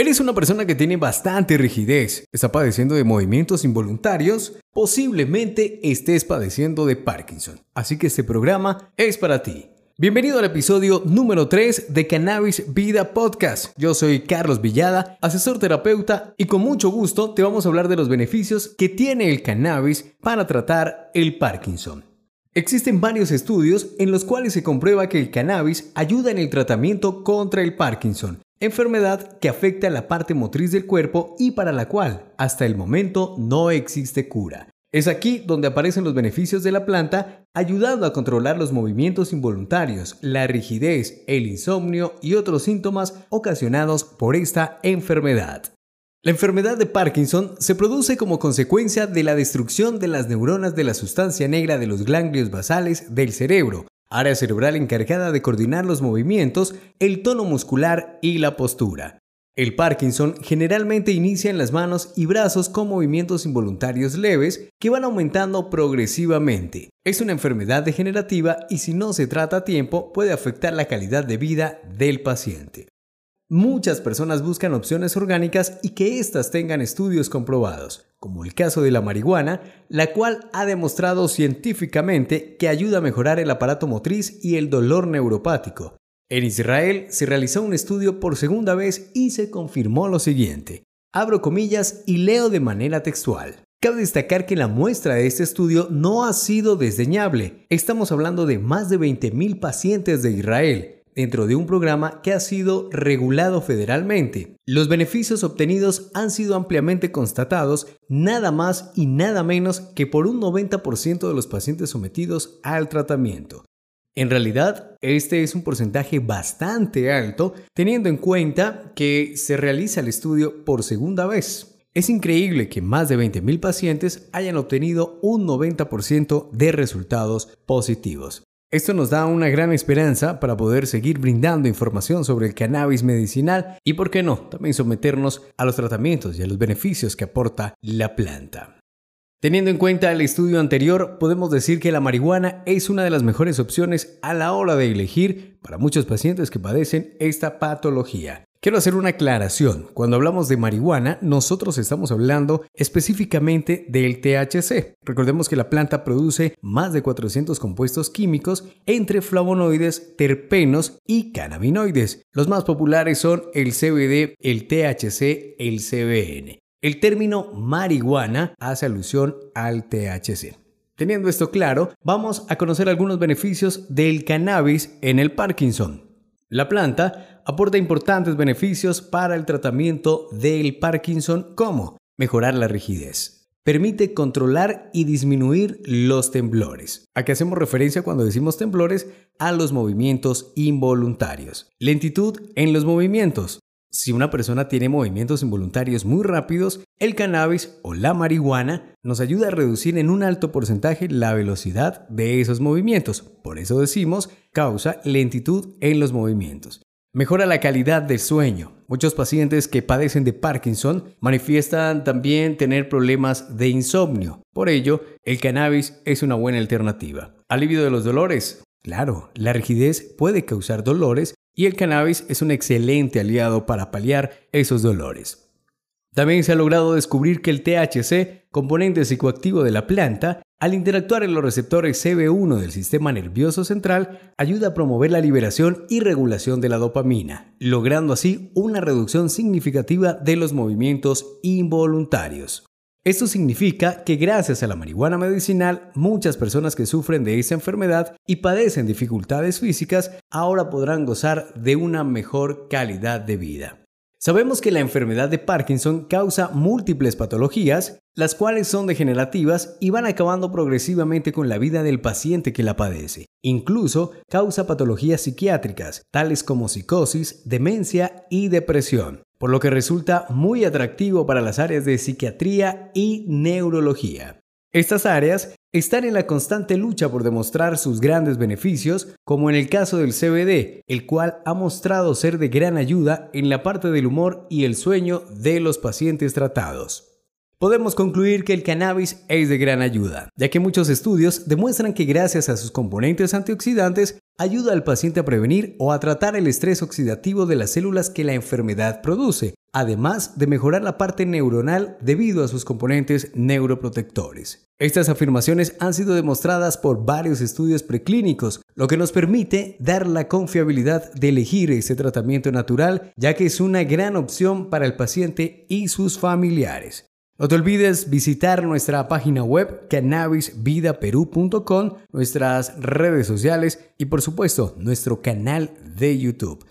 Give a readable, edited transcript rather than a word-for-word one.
¿Eres una persona que tiene bastante rigidez? ¿Está padeciendo de movimientos involuntarios? Posiblemente estés padeciendo de Parkinson. Así que este programa es para ti. Bienvenido al episodio número 3 de Cannabis Vida Podcast. Yo soy Carlos Villada, asesor terapeuta, y con mucho gusto te vamos a hablar de los beneficios que tiene el cannabis para tratar el Parkinson. Existen varios estudios en los cuales se comprueba que el cannabis ayuda en el tratamiento contra el Parkinson, enfermedad que afecta a la parte motriz del cuerpo y para la cual, hasta el momento, no existe cura. Es aquí donde aparecen los beneficios de la planta, ayudando a controlar los movimientos involuntarios, la rigidez, el insomnio y otros síntomas ocasionados por esta enfermedad. La enfermedad de Parkinson se produce como consecuencia de la destrucción de las neuronas de la sustancia negra de los ganglios basales del cerebro, área cerebral encargada de coordinar los movimientos, el tono muscular y la postura. El Parkinson generalmente inicia en las manos y brazos con movimientos involuntarios leves que van aumentando progresivamente. Es una enfermedad degenerativa y si no se trata a tiempo puede afectar la calidad de vida del paciente. Muchas personas buscan opciones orgánicas y que éstas tengan estudios comprobados, como el caso de la marihuana, la cual ha demostrado científicamente que ayuda a mejorar el aparato motriz y el dolor neuropático. En Israel se realizó un estudio por segunda vez y se confirmó lo siguiente. Abro comillas y leo de manera textual. Cabe destacar que la muestra de este estudio no ha sido desdeñable. Estamos hablando de más de 20,000 pacientes de Israel, dentro de un programa que ha sido regulado federalmente. Los beneficios obtenidos han sido ampliamente constatados, nada más y nada menos que por un 90% de los pacientes sometidos al tratamiento. En realidad, este es un porcentaje bastante alto, teniendo en cuenta que se realiza el estudio por segunda vez. Es increíble que más de 20,000 pacientes hayan obtenido un 90% de resultados positivos. Esto nos da una gran esperanza para poder seguir brindando información sobre el cannabis medicinal y, por qué no, también someternos a los tratamientos y a los beneficios que aporta la planta. Teniendo en cuenta el estudio anterior, podemos decir que la marihuana es una de las mejores opciones a la hora de elegir para muchos pacientes que padecen esta patología. Quiero hacer una aclaración. Cuando hablamos de marihuana, nosotros estamos hablando específicamente del THC. Recordemos que la planta produce más de 400 compuestos químicos entre flavonoides, terpenos y cannabinoides. Los más populares son el CBD, el THC, el CBN. El término marihuana hace alusión al THC. Teniendo esto claro, vamos a conocer algunos beneficios del cannabis en el Parkinson. La planta aporta importantes beneficios para el tratamiento del Parkinson, como mejorar la rigidez. Permite controlar y disminuir los temblores. ¿A qué hacemos referencia cuando decimos temblores? A los movimientos involuntarios. Lentitud en los movimientos. Si una persona tiene movimientos involuntarios muy rápidos, el cannabis o la marihuana nos ayuda a reducir en un alto porcentaje la velocidad de esos movimientos. Por eso decimos, causa lentitud en los movimientos. Mejora la calidad del sueño. Muchos pacientes que padecen de Parkinson manifiestan también tener problemas de insomnio. Por ello, el cannabis es una buena alternativa. Alivio de los dolores. Claro, la rigidez puede causar dolores y el cannabis es un excelente aliado para paliar esos dolores. También se ha logrado descubrir que el THC, componente psicoactivo de la planta, al interactuar en los receptores CB1 del sistema nervioso central, ayuda a promover la liberación y regulación de la dopamina, logrando así una reducción significativa de los movimientos involuntarios. Esto significa que gracias a la marihuana medicinal, muchas personas que sufren de esta enfermedad y padecen dificultades físicas ahora podrán gozar de una mejor calidad de vida. Sabemos que la enfermedad de Parkinson causa múltiples patologías, las cuales son degenerativas y van acabando progresivamente con la vida del paciente que la padece. Incluso causa patologías psiquiátricas, tales como psicosis, demencia y depresión, por lo que resulta muy atractivo para las áreas de psiquiatría y neurología. Estas áreas están en la constante lucha por demostrar sus grandes beneficios, como en el caso del CBD, el cual ha mostrado ser de gran ayuda en la parte del humor y el sueño de los pacientes tratados. Podemos concluir que el cannabis es de gran ayuda, ya que muchos estudios demuestran que gracias a sus componentes antioxidantes ayuda al paciente a prevenir o a tratar el estrés oxidativo de las células que la enfermedad produce, además de mejorar la parte neuronal debido a sus componentes neuroprotectores. Estas afirmaciones han sido demostradas por varios estudios preclínicos, lo que nos permite dar la confiabilidad de elegir este tratamiento natural, ya que es una gran opción para el paciente y sus familiares. No te olvides visitar nuestra página web cannabisvidaperú.com, nuestras redes sociales y por supuesto nuestro canal de YouTube.